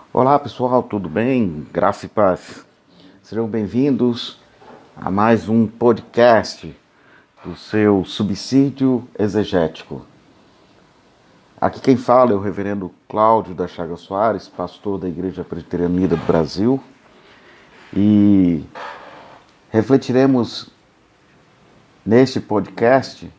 Olá pessoal, tudo bem? Graça e paz. Sejam bem-vindos a mais um podcast do seu subsídio exegético. Aqui quem fala é o reverendo Cláudio da Chaga Soares, pastor da Igreja Presbiteriana Unida do Brasil, e refletiremos neste podcast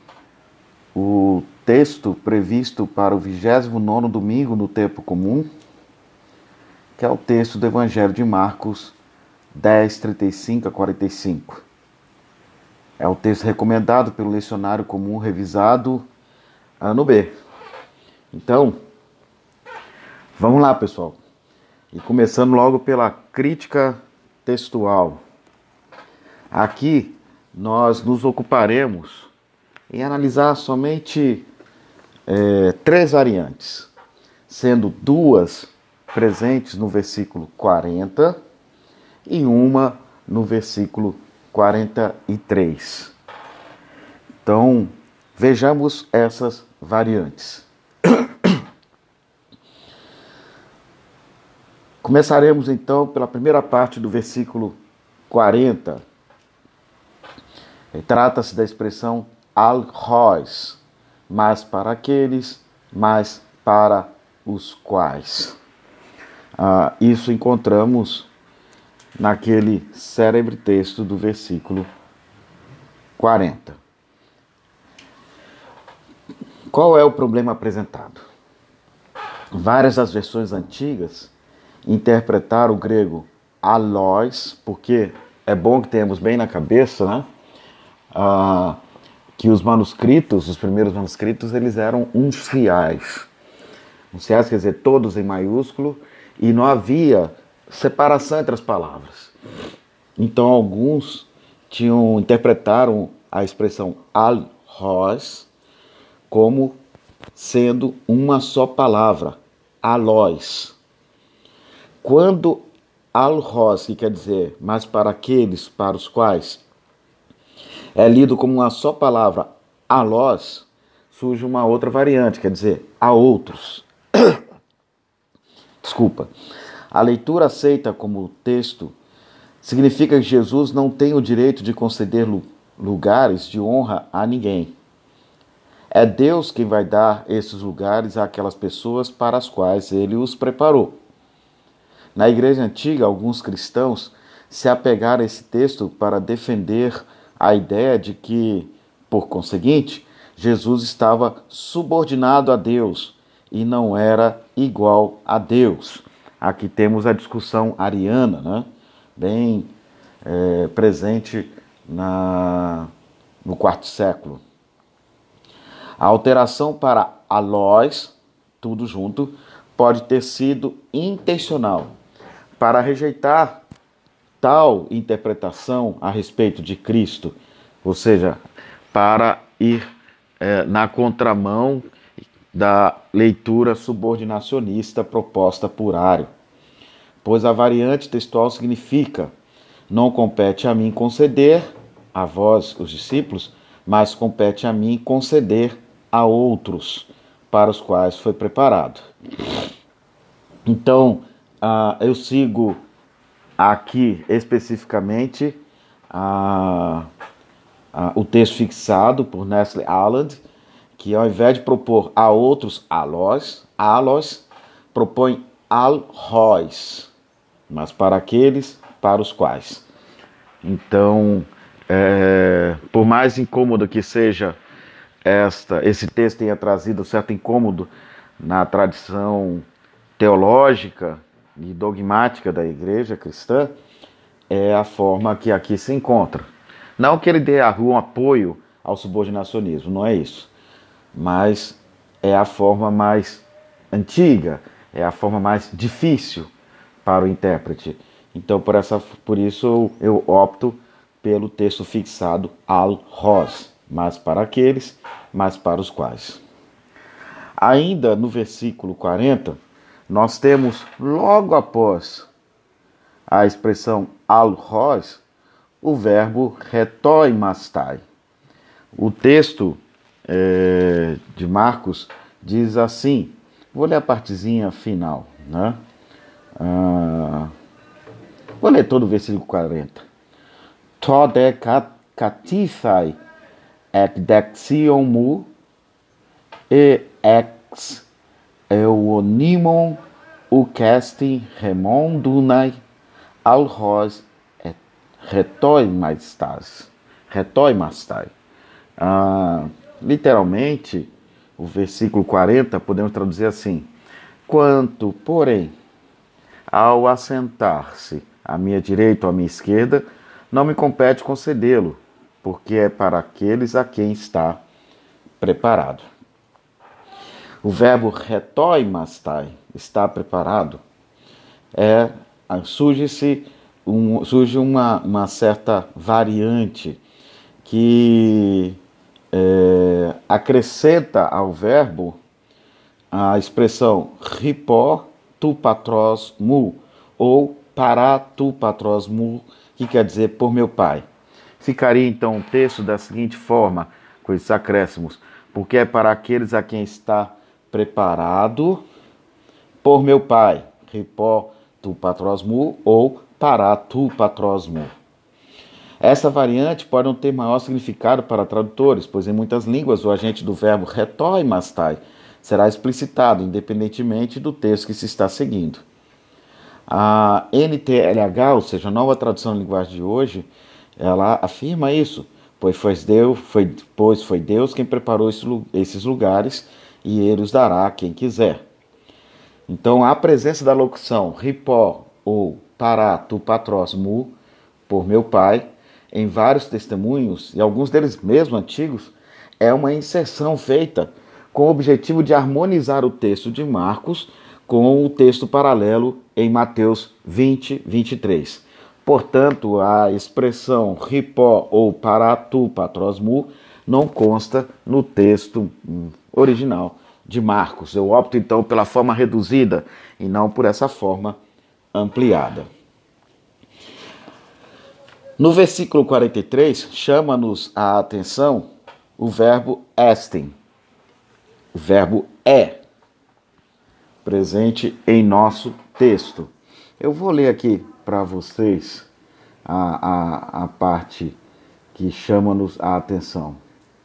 o texto previsto para o 29º domingo no tempo comum, que é o texto do Evangelho de Marcos 10, 35 a 45. É o texto recomendado pelo Lecionário Comum Revisado, ano B. Então, vamos lá, pessoal. E começando logo pela crítica textual. Aqui, nós nos ocuparemos em analisar somente três variantes, sendo duas presentes no versículo 40 e uma no versículo 43. Então, vejamos essas variantes. Começaremos então pela primeira parte do versículo 40. Trata-se da expressão alhós, mas para aqueles, mas para os quais. Isso encontramos naquele célebre texto do versículo 40. Qual é o problema apresentado? Várias das versões antigas interpretaram o grego alós, porque é bom que tenhamos bem na cabeça, né? Que os manuscritos, os primeiros manuscritos, eles eram unciais. Unciais quer dizer todos em maiúsculo, e não havia separação entre as palavras. Então alguns interpretaram a expressão alhós como sendo uma só palavra, alós. Quando alhós, que quer dizer mas para aqueles para os quais, é lido como uma só palavra, alós, surge uma outra variante, quer dizer, a outros. Desculpa. A leitura aceita como texto significa que Jesus não tem o direito de conceder lugares de honra a ninguém. É Deus quem vai dar esses lugares àquelas pessoas para as quais ele os preparou. Na igreja antiga, alguns cristãos se apegaram a esse texto para defender a ideia de que, por conseguinte, Jesus estava subordinado a Deus e não era igual a Deus. Aqui temos a discussão ariana, né? Bem presente no quarto século. A alteração para alós, tudo junto, pode ter sido intencional para rejeitar tal interpretação a respeito de Cristo, ou seja, para ir na contramão da leitura subordinacionista proposta por Ario, pois a variante textual significa: não compete a mim conceder a vós, os discípulos, mas compete a mim conceder a outros para os quais foi preparado. Então, eu sigo aqui especificamente o texto fixado por Nestle Aland, que ao invés de propor a outros alós, propõe alhós, mas para aqueles para os quais. Então, por mais incômodo que seja esse texto tenha trazido certo incômodo na tradição teológica e dogmática da igreja cristã, é a forma que aqui se encontra. Não que ele dê um apoio ao subordinacionismo, não é isso. Mas é a forma mais antiga, é a forma mais difícil para o intérprete. Então, por isso eu opto pelo texto fixado alhós, mas para aqueles, mas para os quais. Ainda no versículo 40, nós temos logo após a expressão alhós, o verbo retoimastai. O texto de Marcos diz assim, vou ler a partezinha final, né? Vou ler todo o versículo 40. Tode katifai ekdexion mu e ex euonimon ukestin remondunai alhos et retoimastai. Literalmente, o versículo 40 podemos traduzir assim: quanto, porém, ao assentar-se à minha direita ou à minha esquerda, não me compete concedê-lo, porque é para aqueles a quem está preparado. O verbo retoimastai, está preparado, surge uma certa variante que acrescenta ao verbo a expressão ripó tu patros mu, ou para tu patros mu, que quer dizer por meu pai. Ficaria então o texto da seguinte forma, com esses acréscimos: porque é para aqueles a quem está preparado por meu pai, ripó tu patros mu, ou para tu patros mu. Essa variante pode não ter maior significado para tradutores, pois em muitas línguas o agente do verbo retoimastai será explicitado, independentemente do texto que se está seguindo. A NTLH, ou seja, a nova tradução da linguagem de hoje, ela afirma isso, pois foi Deus quem preparou esses lugares e ele os dará a quem quiser. Então, a presença da locução ripó ou para tu patros mu, por meu pai, em vários testemunhos, e alguns deles mesmo antigos, é uma inserção feita com o objetivo de harmonizar o texto de Marcos com o texto paralelo em Mateus 20, 23. Portanto, a expressão ripó ou para tu patros mu não consta no texto original de Marcos. Eu opto então pela forma reduzida e não por essa forma ampliada. No versículo 43, chama-nos a atenção o verbo estem. O verbo é presente em nosso texto. Eu vou ler aqui para vocês a parte que chama-nos a atenção.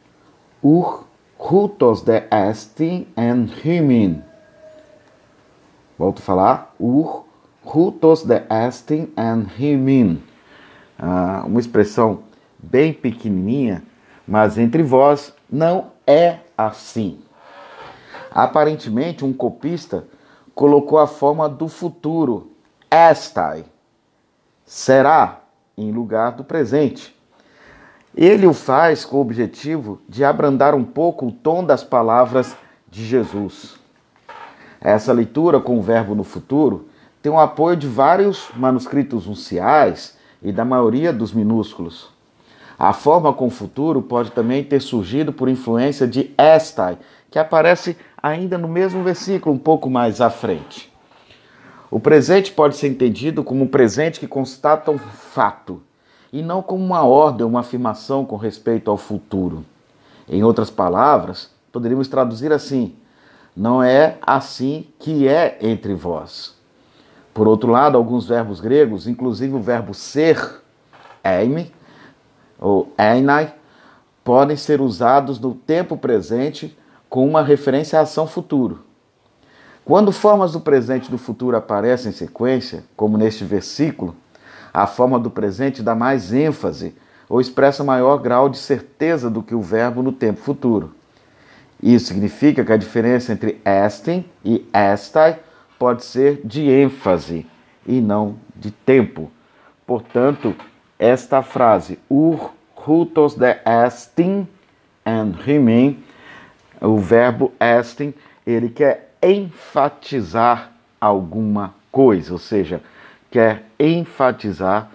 Hutos de estin en hymin. Volto a falar. Hutos de estin en hymin. Uma expressão bem pequenininha, mas entre vós não é assim. Aparentemente, um copista colocou a forma do futuro, estai, será, em lugar do presente. Ele o faz com o objetivo de abrandar um pouco o tom das palavras de Jesus. Essa leitura com o verbo no futuro tem o apoio de vários manuscritos unciais e da maioria dos minúsculos. A forma com o futuro pode também ter surgido por influência de estai, que aparece ainda no mesmo versículo, um pouco mais à frente. O presente pode ser entendido como um presente que constata um fato, e não como uma ordem, uma afirmação com respeito ao futuro. Em outras palavras, poderíamos traduzir assim: não é assim que é entre vós. Por outro lado, alguns verbos gregos, inclusive o verbo ser, eime, ou einai, podem ser usados no tempo presente com uma referência à ação futuro. Quando formas do presente e do futuro aparecem em sequência, como neste versículo, a forma do presente dá mais ênfase ou expressa maior grau de certeza do que o verbo no tempo futuro. Isso significa que a diferença entre estem e estai pode ser de ênfase e não de tempo. Portanto, esta frase, hutos de estin en hymin, o verbo estin, ele quer enfatizar alguma coisa, ou seja, quer enfatizar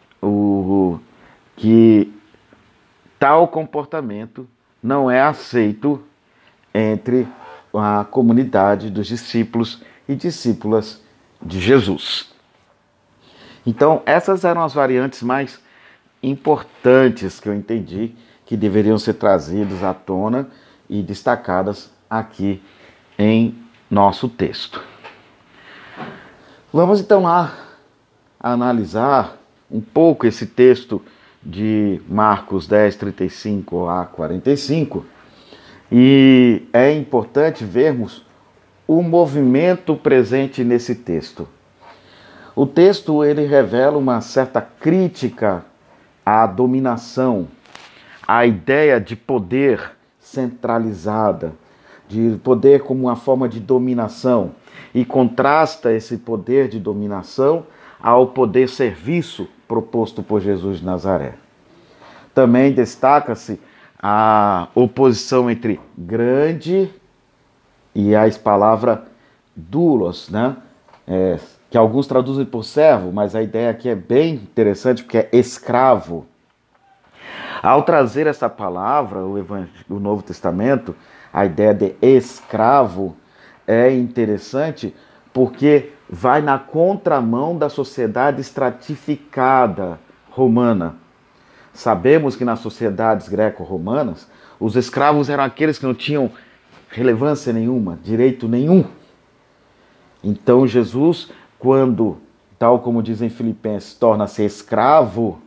que tal comportamento não é aceito entre a comunidade dos discípulos e discípulas de Jesus. Então, essas eram as variantes mais importantes que eu entendi que deveriam ser trazidas à tona e destacadas aqui em nosso texto. Vamos então lá analisar um pouco esse texto de Marcos 10, 35 a 45. E é importante vermos o movimento presente nesse texto. O texto ele revela uma certa crítica à dominação, à ideia de poder centralizada, de poder como uma forma de dominação, e contrasta esse poder de dominação ao poder serviço proposto por Jesus de Nazaré. Também destaca-se a oposição entre grande e a palavra doulos, né? Que alguns traduzem por servo, mas a ideia aqui é bem interessante porque é escravo. Ao trazer essa palavra, o Novo Testamento, a ideia de escravo é interessante porque vai na contramão da sociedade estratificada romana. Sabemos que nas sociedades greco-romanas, os escravos eram aqueles que não tinham relevância nenhuma, direito nenhum. Então Jesus, quando, tal como dizem Filipenses, torna-se escravo,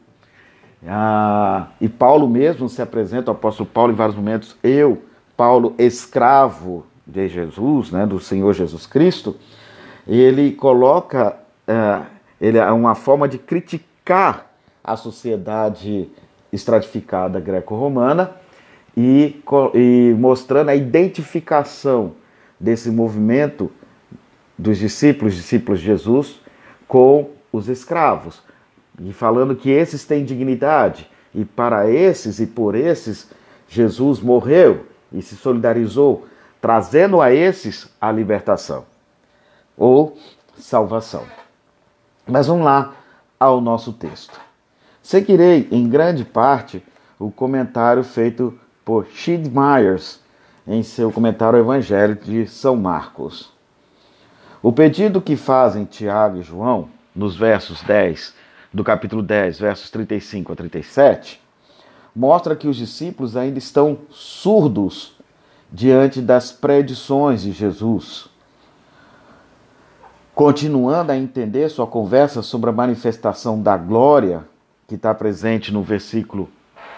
e Paulo mesmo se apresenta, o apóstolo Paulo em vários momentos, eu, Paulo, escravo de Jesus, né, do Senhor Jesus Cristo, ele coloca, ele é uma forma de criticar a sociedade estratificada greco-romana e mostrando a identificação desse movimento dos discípulos de Jesus com os escravos, e falando que esses têm dignidade, e para esses e por esses Jesus morreu e se solidarizou, trazendo a esses a libertação ou salvação. Mas vamos lá ao nosso texto. Seguirei em grande parte o comentário feito por Sid Myers em seu comentário ao Evangelho de São Marcos. O pedido que fazem Tiago e João, nos versos 10, do capítulo 10, versos 35 a 37, mostra que os discípulos ainda estão surdos diante das predições de Jesus. Continuando a entender sua conversa sobre a manifestação da glória, que está presente no versículo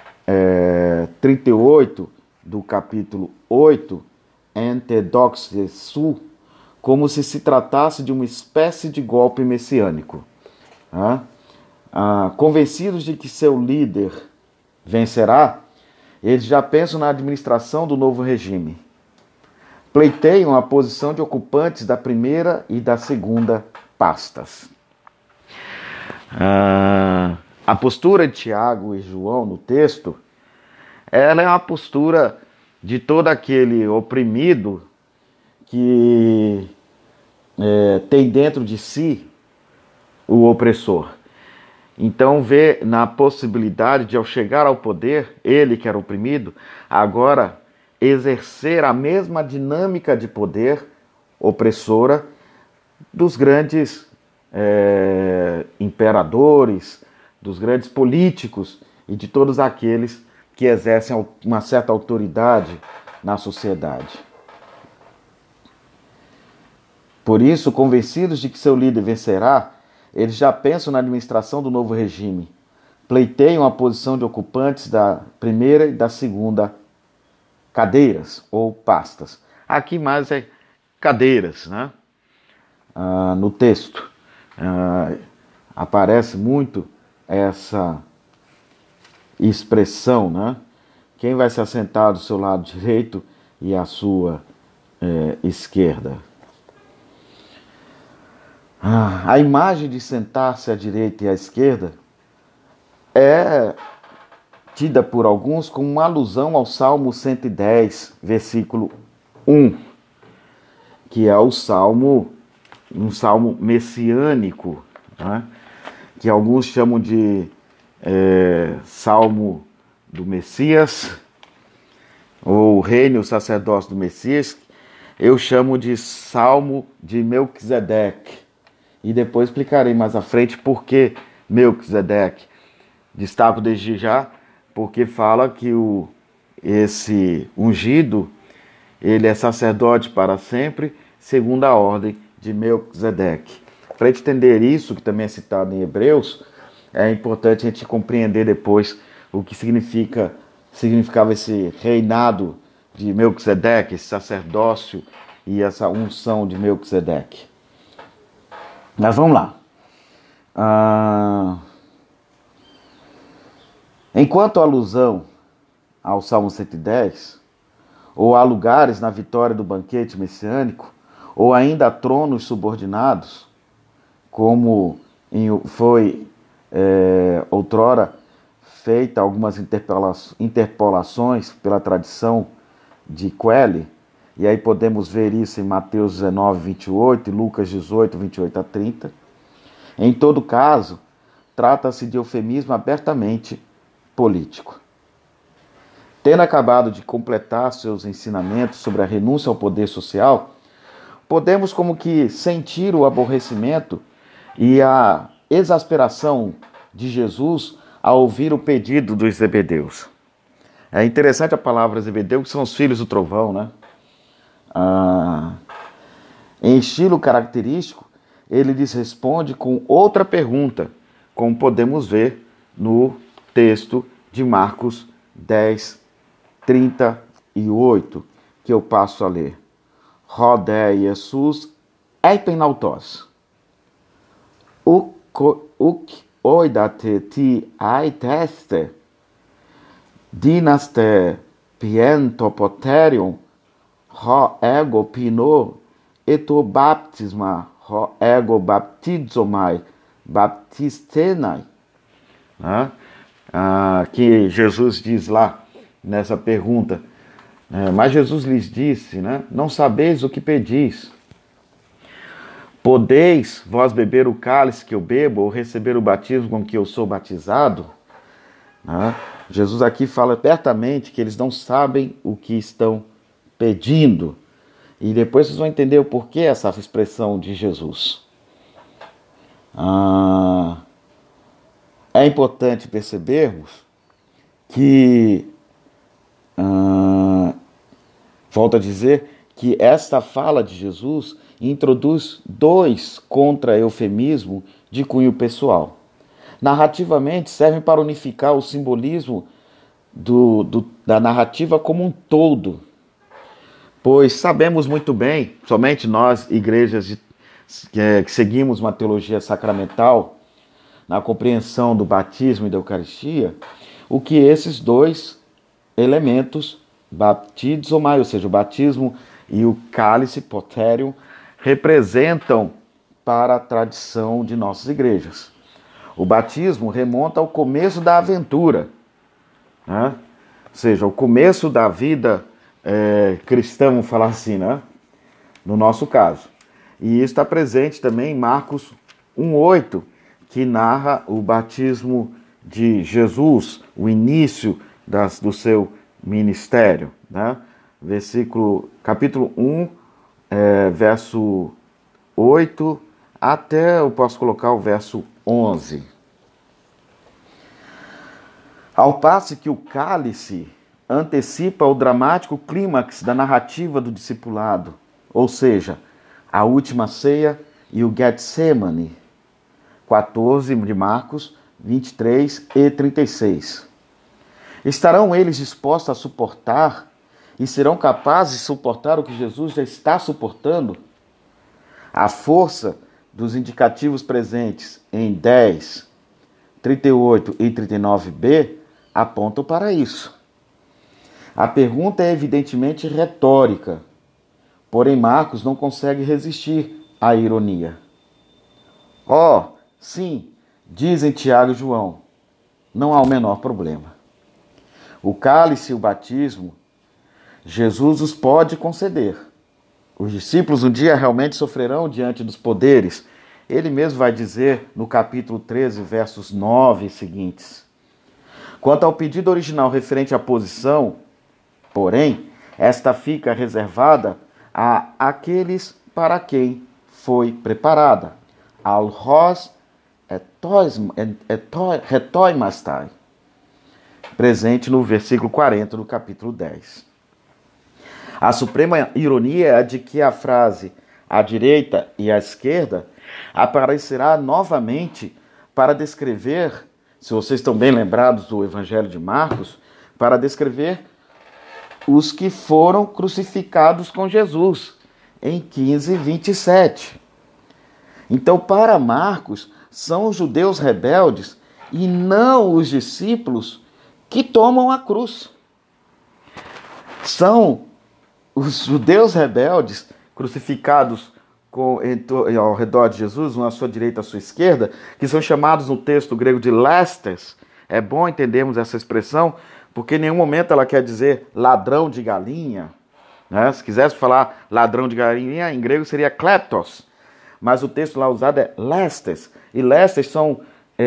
38 do capítulo 8, Ente doxe su, como se tratasse de uma espécie de golpe messiânico. Convencidos de que seu líder vencerá, eles já pensam na administração do novo regime. Pleiteiam a posição de ocupantes da primeira e da segunda pastas. A postura de Tiago e João no texto, ela é uma postura de todo aquele oprimido que tem dentro de si o opressor. Então vê na possibilidade de, ao chegar ao poder, ele que era oprimido, agora exercer a mesma dinâmica de poder opressora dos grandes imperadores, dos grandes políticos e de todos aqueles que exercem uma certa autoridade na sociedade. Por isso, convencidos de que seu líder vencerá, eles já pensam na administração do novo regime, pleiteiam a posição de ocupantes da primeira e da segunda cadeiras ou pastas. Aqui mais é cadeiras, né? No texto aparece muito essa expressão, né? Quem vai se assentar do seu lado direito e à sua esquerda. A imagem de sentar-se à direita e à esquerda é tida por alguns como uma alusão ao Salmo 110, versículo 1, que é um salmo messiânico, né? Que alguns chamam de Salmo do Messias, ou Reino, o sacerdócio do Messias. Eu chamo de Salmo de Melquisedeque. E depois explicarei mais à frente por que Melquisedeque. Destaco desde já porque fala que esse ungido, ele é sacerdote para sempre, segundo a ordem de Melquisedeque. para entender isso, que também é citado em Hebreus, é importante a gente compreender depois o que significava esse reinado de Melquisedeque, esse sacerdócio e essa unção de Melquisedeque. Mas vamos lá. Enquanto a alusão ao Salmo 110, ou há lugares na vitória do banquete messiânico, ou ainda há tronos subordinados, como foi outrora feita algumas interpolações pela tradição de Quelly, e aí podemos ver isso em Mateus 19, 28 e Lucas 18, 28 a 30. Em todo caso, trata-se de eufemismo abertamente político. Tendo acabado de completar seus ensinamentos sobre a renúncia ao poder social, podemos como que sentir o aborrecimento e a exasperação de Jesus ao ouvir o pedido dos Zebedeus. É interessante a palavra Zebedeu, que são os filhos do trovão, né? Em estilo característico, ele lhes responde com outra pergunta, como podemos ver no texto de Marcos 10, 38, que eu passo a ler. Rodé Jesus eipenautos. Uk oidate ti aiteste dinaste pientopoterium ho ego pino eto baptisma ho ego baptizomai baptistenai. Que Jesus diz lá nessa pergunta, mas Jesus lhes disse, né, não sabeis o que pedis. Podeis vós beber o cálice que eu bebo ou receber o batismo com que eu sou batizado? Jesus aqui fala abertamente que eles não sabem o que estão pedindo. E depois vocês vão entender o porquê essa expressão de Jesus. É importante percebermos que, volto a dizer, que esta fala de Jesus introduz dois contra-eufemismos de cunho pessoal. Narrativamente, servem para unificar o simbolismo da narrativa como um todo, pois sabemos muito bem, somente nós, igrejas que seguimos uma teologia sacramental, na compreensão do batismo e da Eucaristia, o que esses dois elementos, baptizomai, ou seja, o batismo e o cálice, poterium, representam para a tradição de nossas igrejas. O batismo remonta ao começo da aventura, né? Ou seja, o começo da vida cristã, vamos falar assim, né? No nosso caso. E isso está presente também em Marcos 1,8, que narra o batismo de Jesus, o início do seu ministério, né? Capítulo 1, verso 8, até eu posso colocar o verso 11. Ao passo que o cálice antecipa o dramático clímax da narrativa do discipulado, ou seja, a última ceia e o Getsemane, 14 de Marcos, 23 e 36. Estarão eles dispostos a suportar e serão capazes de suportar o que Jesus já está suportando? A força dos indicativos presentes em 10, 38 e 39b apontam para isso. A pergunta é evidentemente retórica, porém Marcos não consegue resistir à ironia. Sim, dizem Tiago e João, não há o menor problema. O cálice e o batismo, Jesus os pode conceder. Os discípulos um dia realmente sofrerão diante dos poderes. Ele mesmo vai dizer no capítulo 13, versos 9 e seguintes. Quanto ao pedido original referente à posição, porém, esta fica reservada a aqueles para quem foi preparada. Al-Hos retoimastai, presente no versículo 40 do capítulo 10. A suprema ironia é a de que a frase à direita e à esquerda, aparecerá novamente para descrever, se vocês estão bem lembrados do Evangelho de Marcos, para descrever os que foram crucificados com Jesus, em 15:27. Então, para Marcos, são os judeus rebeldes e não os discípulos que tomam a cruz. São os judeus rebeldes crucificados ao redor de Jesus, um à sua direita e à sua esquerda, que são chamados no texto grego de lestes. É bom entendermos essa expressão, porque em nenhum momento ela quer dizer ladrão de galinha. Né? Se quisesse falar ladrão de galinha, em grego seria kleptos. Mas o texto lá usado é lestes. E lestes são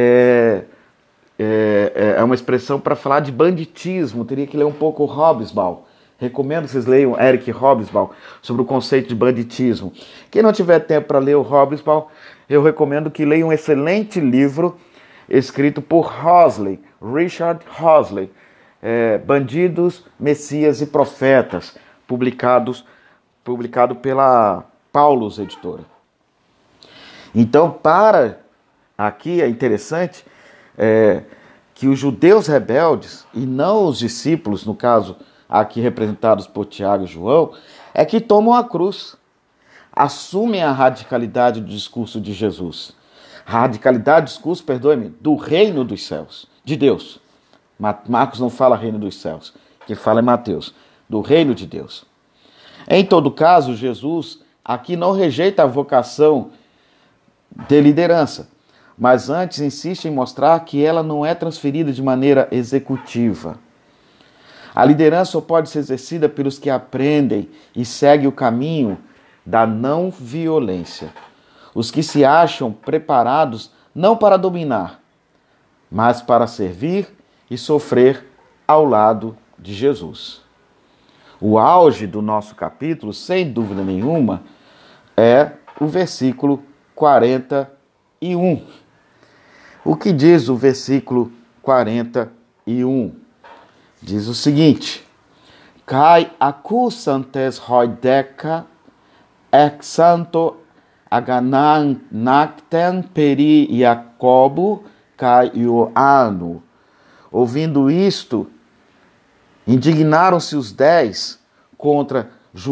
uma expressão para falar de banditismo. Teria que ler um pouco Hobsbawm. Recomendo que vocês leiam Eric Hobsbawm sobre o conceito de banditismo. Quem não tiver tempo para ler o Hobsbawm, eu recomendo que leia um excelente livro escrito por Richard Hosley, Bandidos, Messias e Profetas, publicado pela Paulus Editora. Então, aqui é interessante que os judeus rebeldes, e não os discípulos, no caso aqui representados por Tiago e João, é que tomam a cruz, assumem a radicalidade do discurso de Jesus. Radicalidade do discurso, perdoe-me, do reino dos céus, de Deus. Marcos não fala reino dos céus, quem fala é Mateus, do reino de Deus. Em todo caso, Jesus aqui não rejeita a vocação de liderança, mas antes insiste em mostrar que ela não é transferida de maneira executiva. A liderança só pode ser exercida pelos que aprendem e seguem o caminho da não violência. Os que se acham preparados não para dominar, mas para servir e sofrer ao lado de Jesus. O auge do nosso capítulo, sem dúvida nenhuma, é o versículo 41. O que diz o versículo 41? Diz o seguinte: Kai accusantes hoideca ex santo aganacten peri Jacobo kai Ioanno. Ouvindo isto, indignaram-se os 10 contra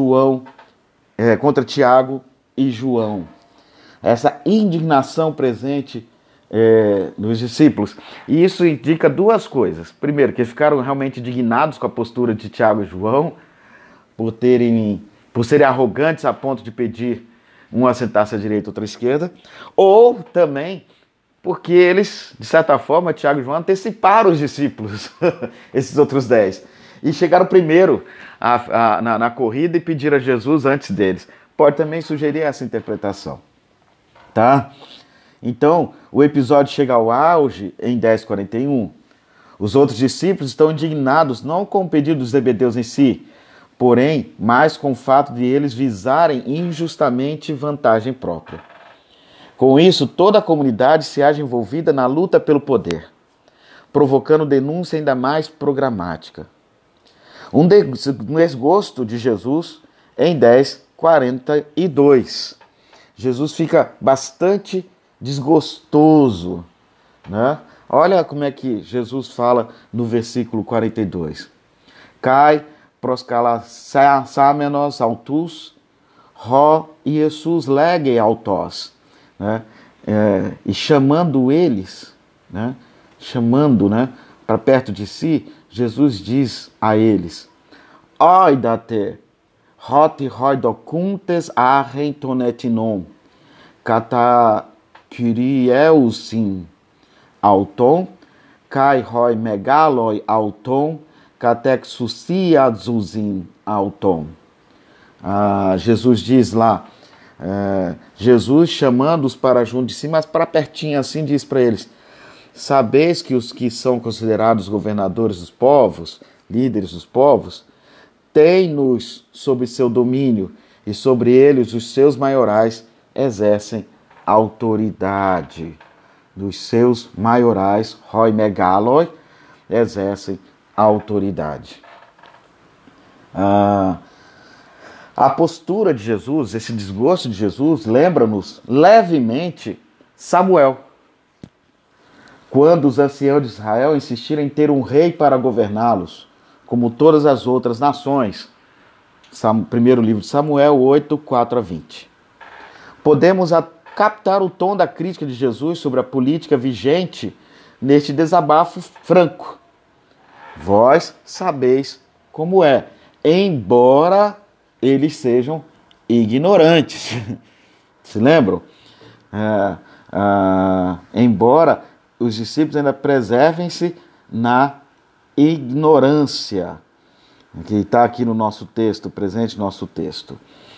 Tiago e João. Essa indignação presente nos discípulos. E isso indica duas coisas. Primeiro, que eles ficaram realmente indignados com a postura de Tiago e João, por serem arrogantes a ponto de pedir um assentar-se à direita e outro à esquerda, ou também porque eles, de certa forma, Tiago e João anteciparam os discípulos, esses outros 10, e chegaram primeiro na corrida e pediram a Jesus antes deles. Pode também sugerir essa interpretação. Tá? Então, o episódio chega ao auge em 10:41. Os outros discípulos estão indignados não com o pedido dos zebedeus em si, porém, mais com o fato de eles visarem injustamente vantagem própria. Com isso, toda a comunidade se acha envolvida na luta pelo poder, provocando denúncia ainda mais programática. Um desgosto de Jesus em 10:42. Jesus fica bastante desgostoso, né? Olha como é que Jesus fala no versículo 42. Kai proskalassamenos autus, ro Iesus lege autos, né? E chamando eles, né? Para perto de si, Jesus diz a eles: Oidate, hoti hoidocuntes arren tonetinon, kata kyrieusin auton, kai hoi megaloi auton, katexusiazuzin auton. Jesus diz lá, Jesus chamando-os para junto de si, mas para pertinho assim diz para eles: sabeis que os que são considerados governadores dos povos, líderes dos povos, têm-nos sob seu domínio, e sobre eles os seus maiorais exercem autoridade. Dos seus maiorais, roi megaloi, exercem autoridade. A postura de Jesus, esse desgosto de Jesus, lembra-nos levemente Samuel, quando os anciãos de Israel insistiram em ter um rei para governá-los, como todas as outras nações. Primeiro livro de Samuel 8, 4 a 20. Podemos captar o tom da crítica de Jesus sobre a política vigente neste desabafo franco. Vós sabeis como é, embora eles sejam ignorantes. Se lembram? Embora os discípulos ainda preservem-se na ignorância, que está aqui no nosso texto, presente no nosso texto.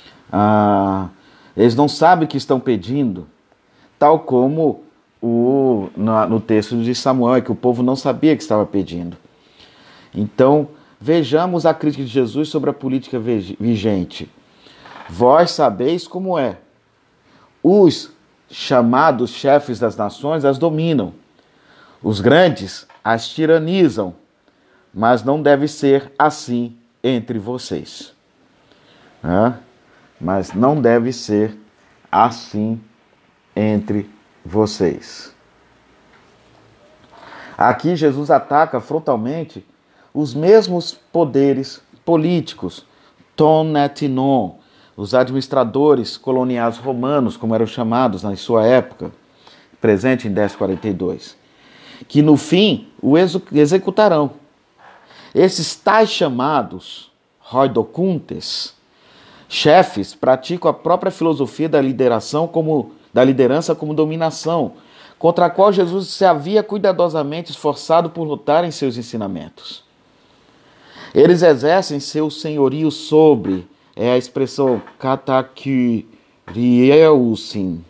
Eles não sabem o que estão pedindo, tal como no texto de Samuel, que o povo não sabia que estava pedindo. Então, vejamos a crítica de Jesus sobre a política vigente. Vós sabeis como é. Os chamados chefes das nações as dominam. Os grandes as tiranizam. Mas não deve ser assim entre vocês. Mas não deve ser assim entre vocês. Aqui Jesus ataca frontalmente os mesmos poderes políticos, ton et non, os administradores coloniais romanos, como eram chamados na sua época, presente em 1042, que no fim o executarão. Esses tais chamados roidocuntes, chefes, praticam a própria filosofia da liderança como dominação, contra a qual Jesus se havia cuidadosamente esforçado por lutar em seus ensinamentos. Eles exercem seu senhorio sobre, é a expressão katakurieusin.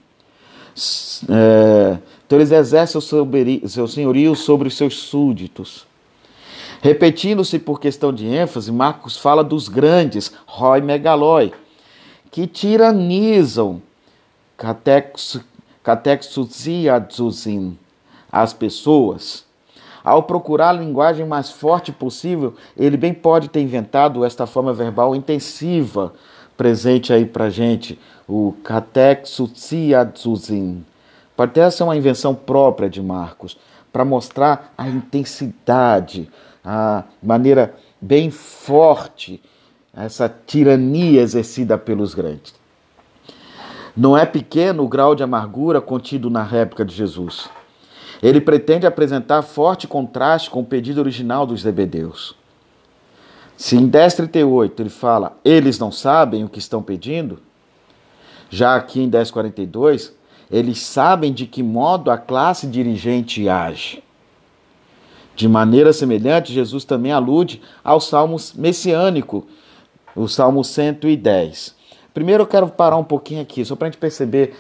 Então eles exercem o seu senhorio sobre os seus súditos. Repetindo-se por questão de ênfase, Marcos fala dos grandes, roi megaloi, que tiranizam katexuziadzuzin, as pessoas. Ao procurar a linguagem mais forte possível, ele bem pode ter inventado esta forma verbal intensiva, presente aí pra gente, o katexuziadzuzin. Pode ter essa uma invenção própria de Marcos, para mostrar a intensidade, a maneira bem forte, essa tirania exercida pelos grandes. Não é pequeno o grau de amargura contido na réplica de Jesus. Ele pretende apresentar forte contraste com o pedido original dos zebedeus. Se em 10:38 ele fala, eles não sabem o que estão pedindo, já aqui em 10:42, eles sabem de que modo a classe dirigente age. De maneira semelhante, Jesus também alude ao Salmo messiânico, o Salmo 110. Primeiro eu quero parar um pouquinho aqui, só para a gente perceber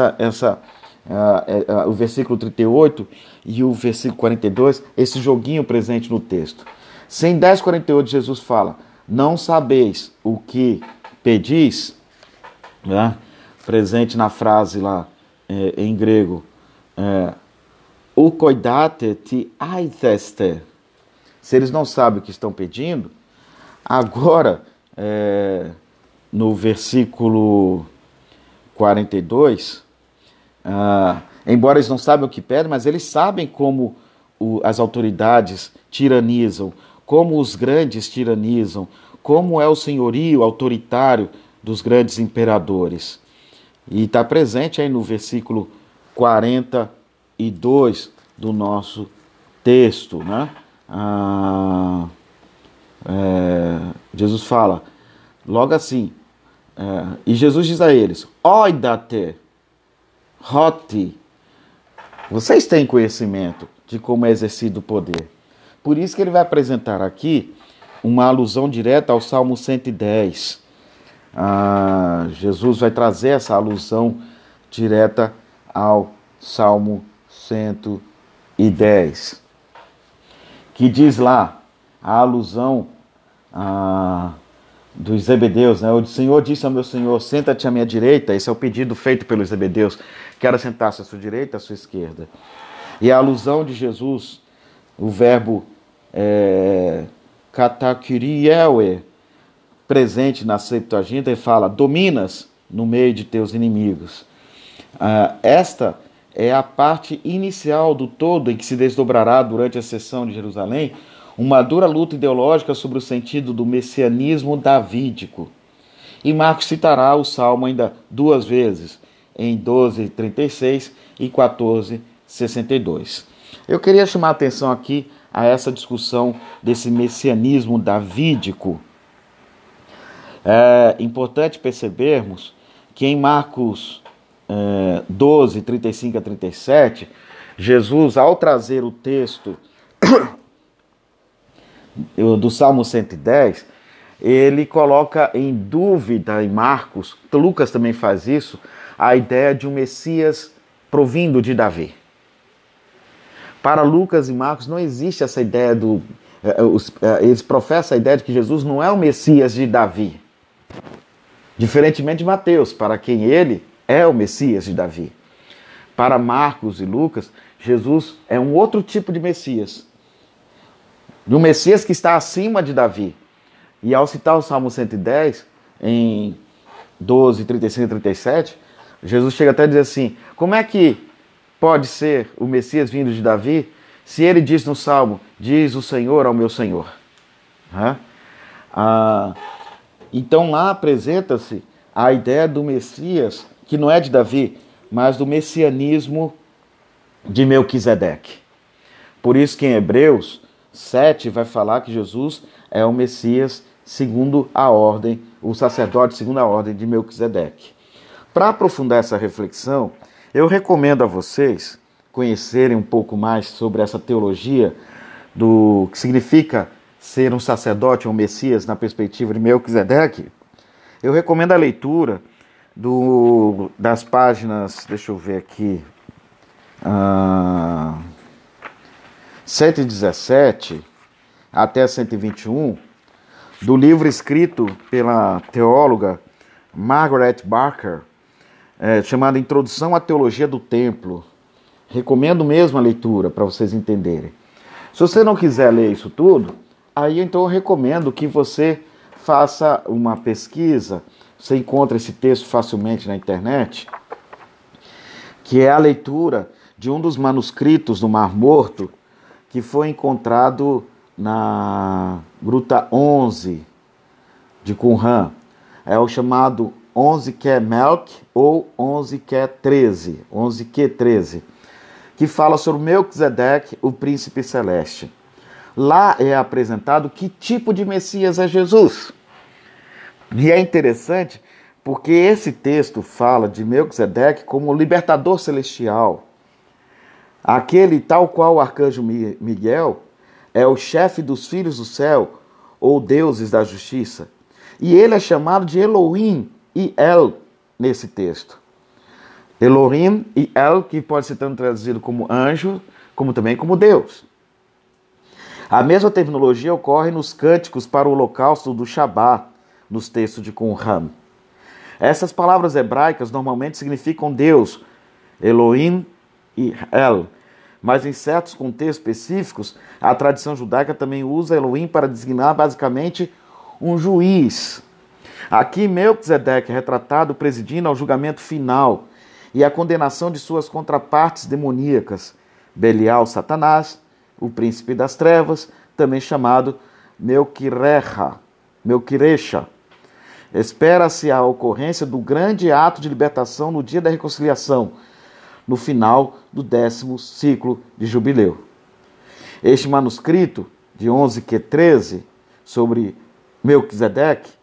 o versículo 38 e o versículo 42, esse joguinho presente no texto. Se em 10:48 Jesus fala, não sabeis o que pedis, né? Presente na frase lá em grego, o koidate ti aitheste. Se eles não sabem o que estão pedindo, agora, no versículo 42, embora eles não saibam o que pedem, mas eles sabem como as autoridades tiranizam, como os grandes tiranizam, como é o senhorio autoritário dos grandes imperadores. E está presente aí no versículo 42 do nosso texto, né? Jesus fala, logo assim, e Jesus diz a eles, oidate, roti, vocês têm conhecimento de como é exercido o poder. Por isso que ele vai apresentar aqui uma alusão direta ao Salmo 110. Jesus vai trazer essa alusão direta ao Salmo 110, que diz lá a alusão dos zebedeus, né? O Senhor disse ao meu Senhor, senta-te à minha direita. Esse é o pedido feito pelos zebedeus, quero sentar-se à sua direita, à sua esquerda. E a alusão de Jesus, o verbo katakurieuê, presente na Septuaginta, ele fala: dominas no meio de teus inimigos. Esta é a parte inicial do todo em que se desdobrará durante a sessão de Jerusalém uma dura luta ideológica sobre o sentido do messianismo davídico. E Marcos citará o Salmo ainda duas vezes, em 12:36 e 14:62. Eu queria chamar a atenção aqui a essa discussão desse messianismo davídico. É importante percebermos que em Marcos 12:35 a 37, Jesus, ao trazer o texto do Salmo 110, ele coloca em dúvida em Marcos, Lucas também faz isso, a ideia de um Messias provindo de Davi. Para Lucas e Marcos não existe essa ideia eles professam a ideia de que Jesus não é o Messias de Davi. Diferentemente de Mateus, para quem ele é o Messias de Davi. Para Marcos e Lucas, Jesus é um outro tipo de Messias. De um Messias que está acima de Davi. E ao citar o Salmo 110, em 12:35 e 37, Jesus chega até a dizer assim: como é que pode ser o Messias vindo de Davi, se ele diz no Salmo: diz o Senhor ao meu Senhor? Então lá apresenta-se a ideia do Messias, que não é de Davi, mas do messianismo de Melquisedeque. Por isso que em Hebreus 7 vai falar que Jesus é o Messias segundo a ordem, o sacerdote segundo a ordem de Melquisedeque. Para aprofundar essa reflexão, eu recomendo a vocês conhecerem um pouco mais sobre essa teologia do que significa ser um sacerdote ou um Messias na perspectiva de Melquisedeque. Eu recomendo a leitura das páginas, deixa eu ver aqui, 117 até 121, do livro escrito pela teóloga Margaret Barker, chamado Introdução à Teologia do Templo. Recomendo mesmo a leitura para vocês entenderem. Se você não quiser ler isso tudo, aí então eu recomendo que você faça uma pesquisa. Você encontra esse texto facilmente na internet, que é a leitura de um dos manuscritos do Mar Morto, que foi encontrado na Gruta 11 de Qumran. É o chamado 11Q-Melk ou 11Q13, que fala sobre Melquisedeque, o príncipe celeste. Lá é apresentado que tipo de Messias é Jesus. E é interessante porque esse texto fala de Melquisedeque como libertador celestial. Aquele tal qual o arcanjo Miguel é o chefe dos filhos do céu, ou deuses da justiça. E ele é chamado de Elohim e El nesse texto. Elohim e El, que pode ser tanto traduzido como anjo, como também como Deus. A mesma terminologia ocorre nos cânticos para o holocausto do Shabá, nos textos de Qumran. Essas palavras hebraicas normalmente significam Deus, Elohim e El, mas em certos contextos específicos, a tradição judaica também usa Elohim para designar basicamente um juiz. Aqui Melquisedeque é retratado presidindo ao julgamento final e a condenação de suas contrapartes demoníacas, Belial, Satanás, o príncipe das trevas, também chamado Melquirecha. Espera-se a ocorrência do grande ato de libertação no dia da reconciliação, no final do 10º ciclo de jubileu. Este manuscrito de 11Q13 sobre Melquisedeque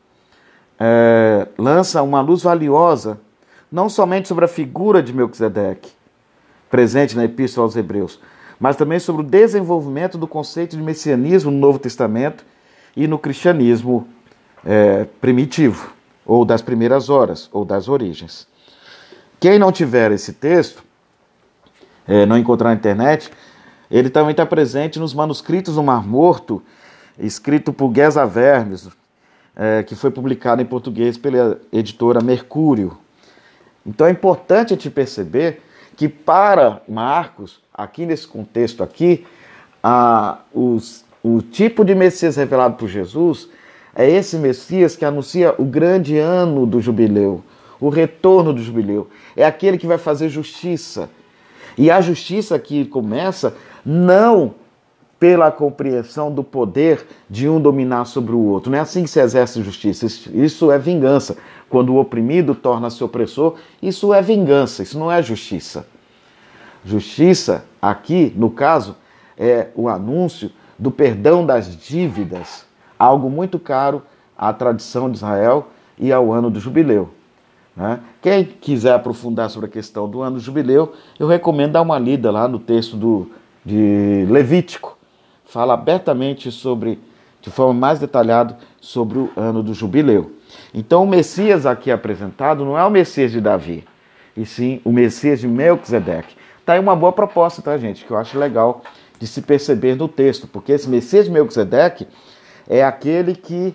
lança uma luz valiosa não somente sobre a figura de Melquisedeque, presente na Epístola aos Hebreus, mas também sobre o desenvolvimento do conceito de messianismo no Novo Testamento e no cristianismo primitivo, ou das primeiras horas, ou das origens. Quem não tiver esse texto, não encontrar na internet, ele também está presente nos manuscritos do Mar Morto, escrito por Geza Vermes, que foi publicado em português pela editora Mercúrio. Então é importante a gente perceber que para Marcos, aqui nesse contexto aqui, o tipo de Messias revelado por Jesus É esse Messias que anuncia o grande ano do jubileu, o retorno do jubileu. É aquele que vai fazer justiça. E a justiça que começa não pela compreensão do poder de um dominar sobre o outro. Não é assim que se exerce justiça. Isso é vingança. Quando o oprimido torna-se opressor, isso é vingança, isso não é justiça. Justiça, aqui, no caso, é o anúncio do perdão das dívidas, algo muito caro à tradição de Israel e ao ano do jubileu. Quem quiser aprofundar sobre a questão do ano do jubileu, eu recomendo dar uma lida lá no texto de Levítico. Fala abertamente sobre, de forma mais detalhada, sobre o ano do jubileu. Então o Messias aqui apresentado não é o Messias de Davi, e sim o Messias de Melquisedeque. Está aí uma boa proposta, tá, gente? Que eu acho legal de se perceber no texto, porque esse Messias de Melquisedeque é aquele que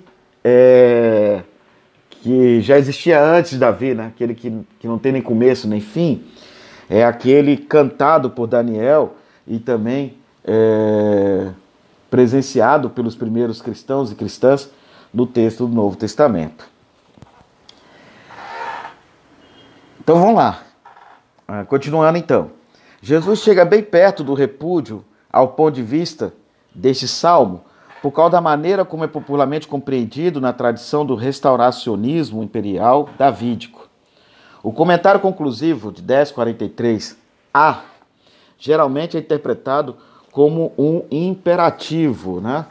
já existia antes de Davi, né? Aquele que não tem nem começo nem fim. É aquele cantado por Daniel e também presenciado pelos primeiros cristãos e cristãs no texto do Novo Testamento. Então vamos lá. Continuando então. Jesus chega bem perto do repúdio ao ponto de vista deste salmo, por causa da maneira como é popularmente compreendido na tradição do restauracionismo imperial davídico. O comentário conclusivo de 10:43a geralmente é interpretado como um imperativo, né?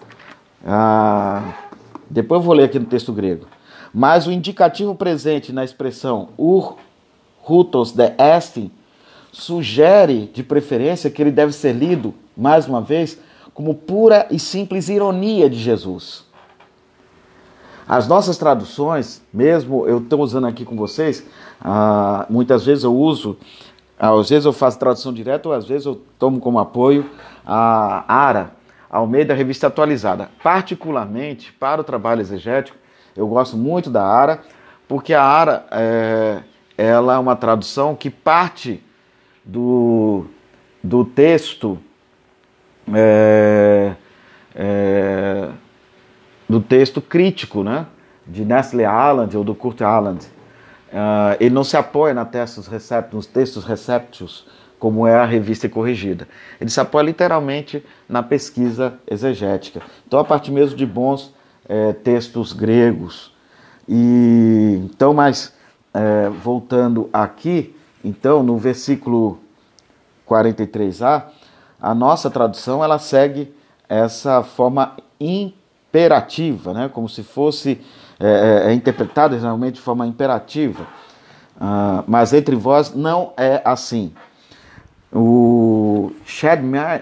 Depois eu vou ler aqui no texto grego. Mas o indicativo presente na expressão hutos de estin sugere, de preferência, que ele deve ser lido, mais uma vez, como pura e simples ironia de Jesus. As nossas traduções, mesmo eu estou usando aqui com vocês, muitas vezes eu uso, às vezes eu faço tradução direta, ou às vezes eu tomo como apoio a ARA, Almeida Revista Atualizada. Particularmente, para o trabalho exegético, eu gosto muito da ARA, porque a ARA ela é uma tradução que parte do texto do texto crítico, né, de Nestle Aland ou do Kurt Aland. Ele não se apoia nos textos receptus, como é a revista corrigida. Ele se apoia literalmente na pesquisa exegética. Então, a partir mesmo de bons textos gregos. Então, voltando aqui, então, no versículo 43a, a nossa tradução ela segue essa forma imperativa, né? Como se fosse interpretada geralmente de forma imperativa. Mas entre vós não é assim. O Chad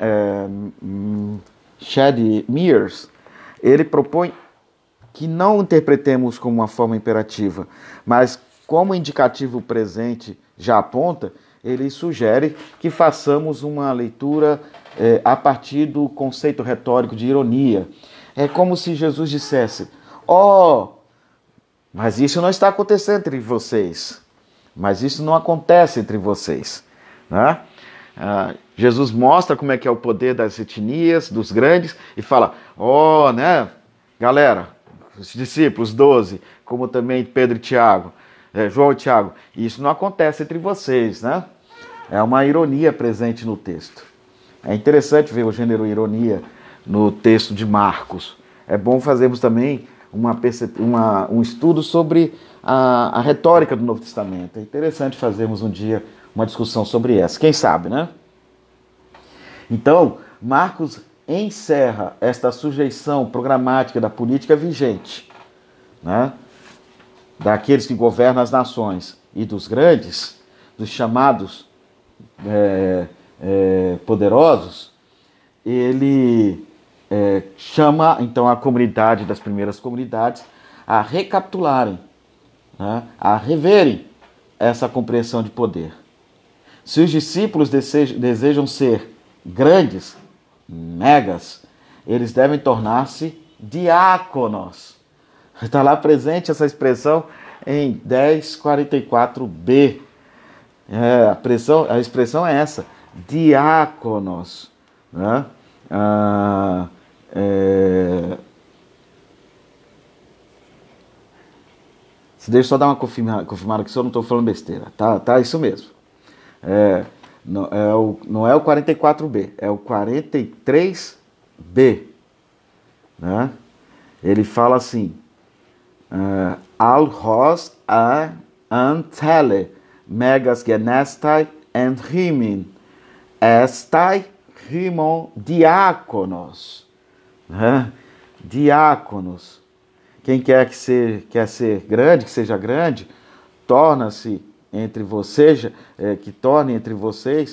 Mears, ele propõe que não interpretemos como uma forma imperativa, mas como o indicativo presente já aponta, ele sugere que façamos uma leitura a partir do conceito retórico de ironia. É como se Jesus dissesse: mas isso não está acontecendo entre vocês. Mas isso não acontece entre vocês. Né? Jesus mostra como é que é o poder das etnias, dos grandes, e fala: né, galera, os discípulos, 12, como também Pedro e Tiago, João e Tiago, isso não acontece entre vocês, né? É uma ironia presente no texto. É interessante ver o gênero ironia no texto de Marcos. É bom fazermos também um estudo sobre a retórica do Novo Testamento. É interessante fazermos um dia uma discussão sobre essa. Quem sabe, né? Então, Marcos encerra esta sujeição programática da política vigente, né? Daqueles que governam as nações e dos grandes, dos chamados poderosos. Ele chama então a comunidade das primeiras comunidades a recapitularem, né, a reverem essa compreensão de poder. Se os discípulos desejam ser grandes, megas, eles devem tornar-se diáconos. Está lá presente essa expressão em 10:44b. A expressão é essa, diáconos. Né? Deixa eu só dar uma confirmada aqui, se eu não estou falando besteira. Tá, isso mesmo. Não é o 44b, é o 43b. Né? Ele fala assim: Al hos a antele megas genestai and rimin estai rimon diáconos. Né? Diáconos. Quem quer ser grande, que seja grande, torna-se entre vocês, que torne entre vocês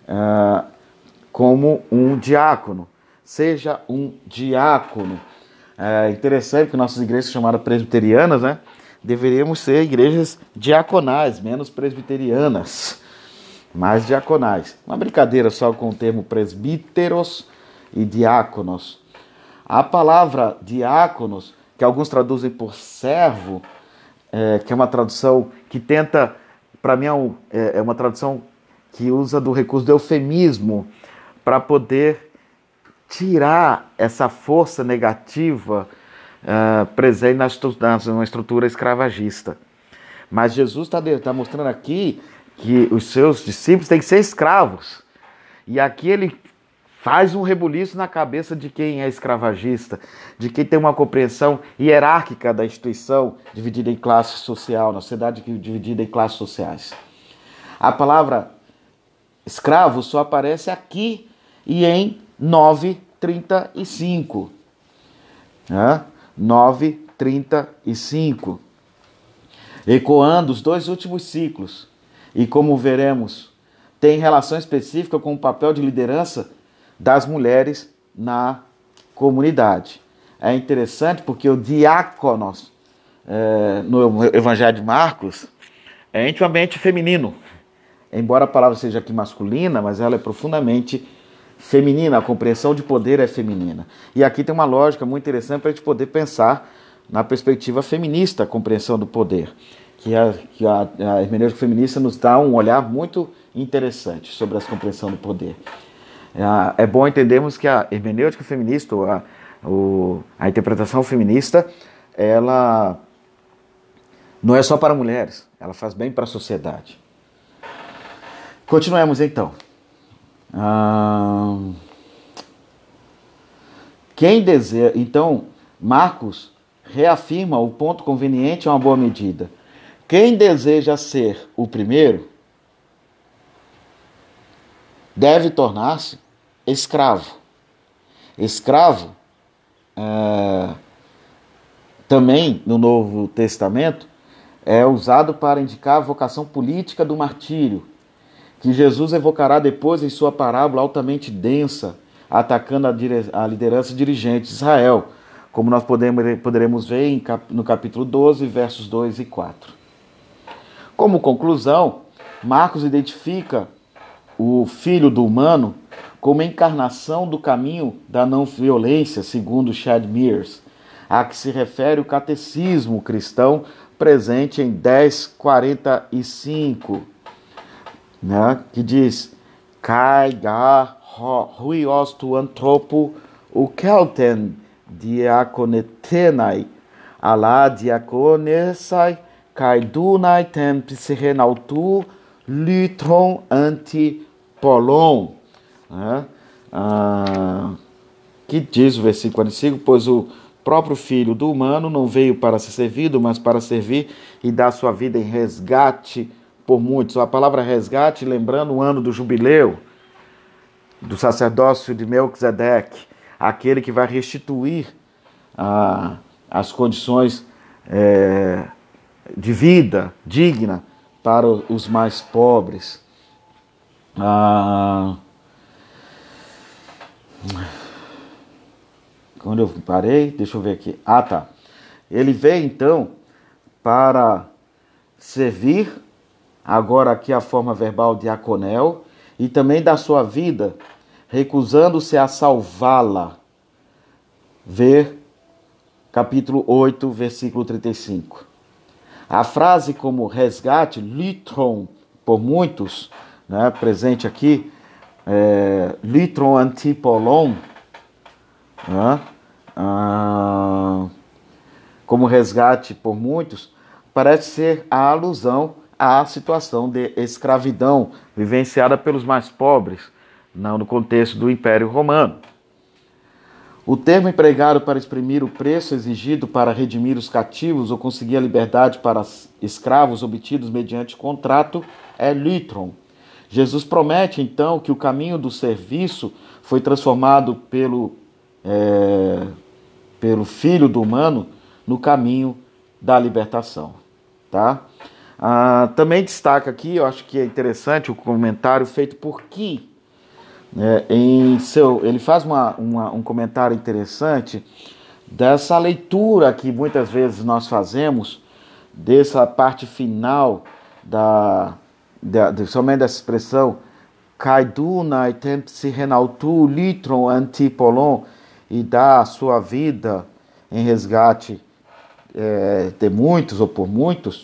como um diácono. Seja um diácono. É interessante que nossas igrejas chamadas presbiterianas, né, deveríamos ser igrejas diaconais, menos presbiterianas, mais diaconais. Uma brincadeira só com o termo presbíteros e diáconos. A palavra diáconos, que alguns traduzem por servo, que é uma tradução que tenta, para mim é uma tradução que usa do recurso do eufemismo para poder tirar essa força negativa presente na estrutura escravagista. Mas Jesus está mostrando aqui que os seus discípulos têm que ser escravos. E aqui ele faz um rebuliço na cabeça de quem é escravagista, de quem tem uma compreensão hierárquica da instituição dividida em classe social, na sociedade dividida em classes sociais. A palavra escravo só aparece aqui e em 9:35. 9:35. Ecoando os dois últimos ciclos. E como veremos, tem relação específica com o papel de liderança das mulheres na comunidade. É interessante porque o diáconos no Evangelho de Marcos é intimamente feminino. Embora a palavra seja aqui masculina, mas ela é profundamente feminina, a compreensão de poder é feminina. E aqui tem uma lógica muito interessante para a gente poder pensar na perspectiva feminista, a compreensão do poder. Que a hermenêutica feminista nos dá um olhar muito interessante sobre a compreensão do poder. É bom entendermos que a hermenêutica feminista, a interpretação feminista, ela não é só para mulheres, ela faz bem para a sociedade. Continuemos então. Quem deseja, então, Marcos reafirma o ponto conveniente é uma boa medida. Quem deseja ser o primeiro deve tornar-se escravo. Escravo, também no Novo Testamento, é usado para indicar a vocação política do martírio, que Jesus evocará depois em sua parábola altamente densa, atacando a liderança dirigente de Israel, como nós poderemos ver no capítulo 12, versos 2 e 4. Como conclusão, Marcos identifica o Filho do Humano como encarnação do caminho da não-violência, segundo Chad Mears, a que se refere o catecismo cristão presente em 10:45. Que diz: Kai gar huios tu antropo o kelten diaconetenai ala diaconesai kai dunai tem psirenautu lytron antipolon. Que diz o versículo 45: pois o próprio Filho do Humano não veio para ser servido, mas para servir e dar sua vida em resgate por muitos. A palavra resgate, lembrando o ano do jubileu, do sacerdócio de Melquisedeque, aquele que vai restituir as condições de vida digna para os mais pobres. Quando eu parei, deixa eu ver aqui. Tá. Ele veio então para servir, agora aqui a forma verbal diaconel, e também da sua vida, recusando-se a salvá-la. Ver capítulo 8, versículo 35. A frase como resgate, lytron, por muitos, presente aqui, lytron antipolon, como resgate por muitos, parece ser a alusão à situação de escravidão vivenciada pelos mais pobres, não no contexto do Império Romano. O termo empregado para exprimir o preço exigido para redimir os cativos ou conseguir a liberdade para escravos obtidos mediante contrato é lutron. Jesus promete, então, que o caminho do serviço foi transformado pelo Filho do Humano no caminho da libertação. Tá? Também destaca aqui, eu acho que é interessante o comentário feito por Key. Ele faz um comentário interessante dessa leitura que muitas vezes nós fazemos, dessa parte final, somente dessa expressão, Kaiduna se renautu litron antipolon, e dá a sua vida em resgate de muitos ou por muitos.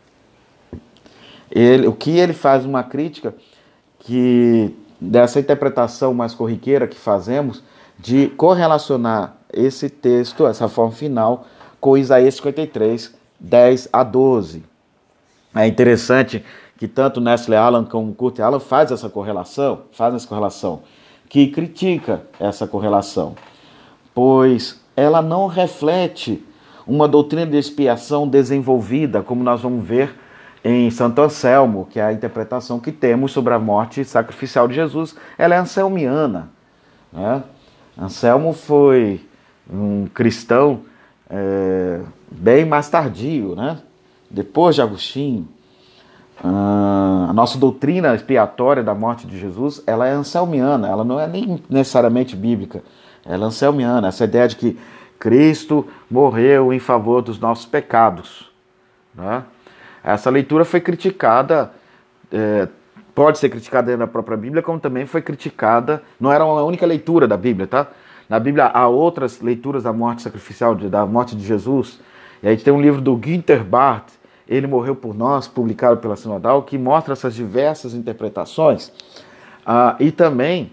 O que ele faz uma crítica dessa interpretação mais corriqueira que fazemos de correlacionar esse texto, essa forma final, com Isaías 53, 10 a 12. É interessante que tanto Nestle Aland como Kurt Aland faz essa correlação, que critica essa correlação, pois ela não reflete uma doutrina de expiação desenvolvida, como nós vamos ver em Santo Anselmo, que é a interpretação que temos sobre a morte sacrificial de Jesus. Ela é anselmiana, né? Anselmo foi um cristão bem mais tardio, né? Depois de Agostinho. A nossa doutrina expiatória da morte de Jesus, ela é anselmiana, ela não é nem necessariamente bíblica, ela é anselmiana, essa ideia de que Cristo morreu em favor dos nossos pecados, né? Essa leitura foi criticada, pode ser criticada dentro da própria Bíblia, como também foi criticada, não era uma única leitura da Bíblia, tá? Na Bíblia há outras leituras da morte sacrificial, da morte de Jesus, e a gente tem um livro do Günther Barth, Ele Morreu por Nós, publicado pela Sinodal, que mostra essas diversas interpretações, e também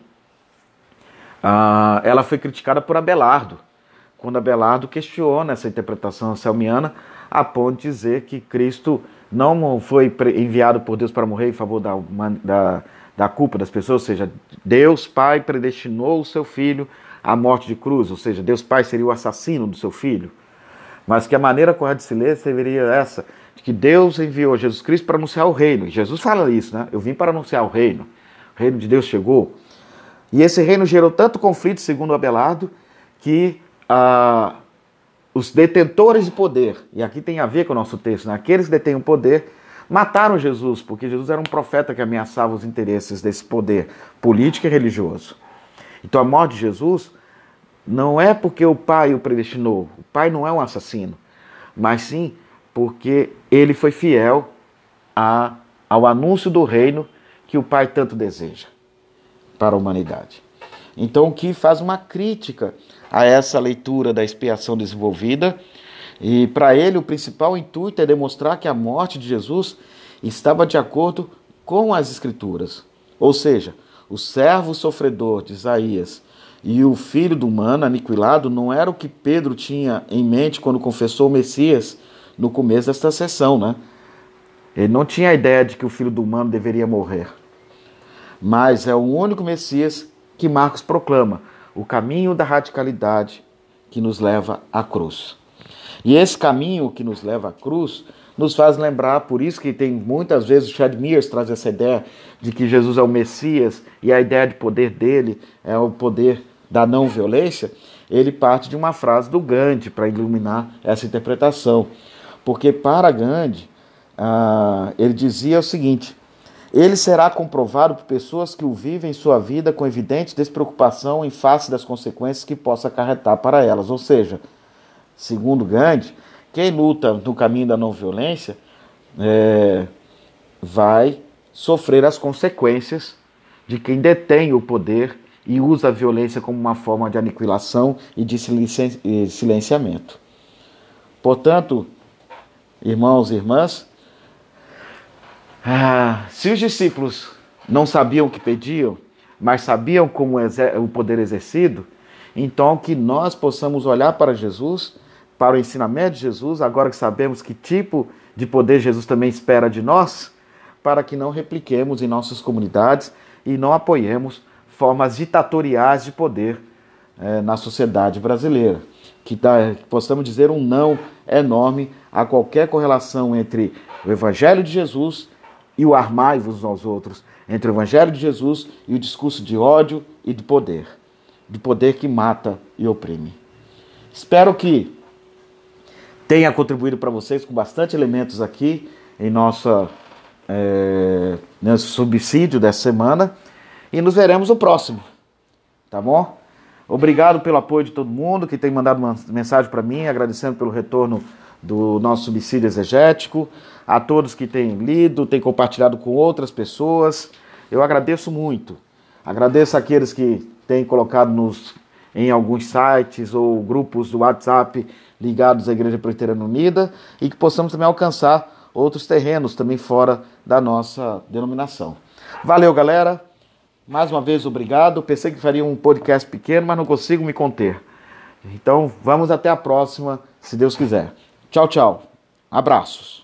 ela foi criticada por Abelardo, quando Abelardo questiona essa interpretação anselmiana, a ponto de dizer que Cristo não foi enviado por Deus para morrer em favor da culpa das pessoas, ou seja, Deus Pai predestinou o seu Filho à morte de cruz, ou seja, Deus Pai seria o assassino do seu Filho, mas que a maneira correta de se ler seria essa, de que Deus enviou Jesus Cristo para anunciar o reino. E Jesus fala isso, né? Eu vim para anunciar o reino de Deus chegou, e esse reino gerou tanto conflito, segundo Abelardo, que os detentores de poder, e aqui tem a ver com o nosso texto, né? Aqueles que detêm o poder, mataram Jesus, porque Jesus era um profeta que ameaçava os interesses desse poder político e religioso. Então a morte de Jesus não é porque o Pai o predestinou, o Pai não é um assassino, mas sim porque ele foi fiel ao anúncio do reino que o Pai tanto deseja para a humanidade. Então o que faz uma crítica a essa leitura da expiação desenvolvida, e para ele o principal intuito é demonstrar que a morte de Jesus estava de acordo com as Escrituras. Ou seja, o servo sofredor de Isaías e o filho do humano aniquilado não era o que Pedro tinha em mente quando confessou o Messias no começo desta sessão, né? Ele não tinha a ideia de que o filho do humano deveria morrer, mas é o único Messias que Marcos proclama, o caminho da radicalidade que nos leva à cruz. E esse caminho que nos leva à cruz nos faz lembrar, por isso que tem muitas vezes o Chad Mears traz essa ideia de que Jesus é o Messias e a ideia de poder dele é o poder da não violência. Ele parte de uma frase do Gandhi para iluminar essa interpretação. Porque para Gandhi, ele dizia o seguinte: ele será comprovado por pessoas que o vivem sua vida com evidente despreocupação em face das consequências que possa acarretar para elas. Ou seja, segundo Gandhi, quem luta no caminho da não violência vai sofrer as consequências de quem detém o poder e usa a violência como uma forma de aniquilação e de silenciamento. Portanto, irmãos e irmãs, se os discípulos não sabiam o que pediam, mas sabiam como o poder exercido, então que nós possamos olhar para Jesus, para o ensinamento de Jesus, agora que sabemos que tipo de poder Jesus também espera de nós, para que não repliquemos em nossas comunidades e não apoiemos formas ditatoriais de poder na sociedade brasileira. Que possamos dizer um não enorme a qualquer correlação entre o Evangelho de Jesus e o armai-vos aos outros, entre o Evangelho de Jesus e o discurso de ódio e de poder que mata e oprime. Espero que tenha contribuído para vocês com bastante elementos aqui em nosso subsídio dessa semana e nos veremos no próximo, tá bom? Obrigado pelo apoio de todo mundo que tem mandado uma mensagem para mim, agradecendo pelo retorno do nosso subsídio exegético, a todos que têm lido, têm compartilhado com outras pessoas. Eu agradeço muito. Agradeço àqueles que têm colocado em alguns sites ou grupos do WhatsApp ligados à Igreja Presbiteriana Unida e que possamos também alcançar outros terrenos também fora da nossa denominação. Valeu, galera. Mais uma vez, obrigado. Pensei que faria um podcast pequeno, mas não consigo me conter. Então, vamos até a próxima, se Deus quiser. Tchau, tchau. Abraços.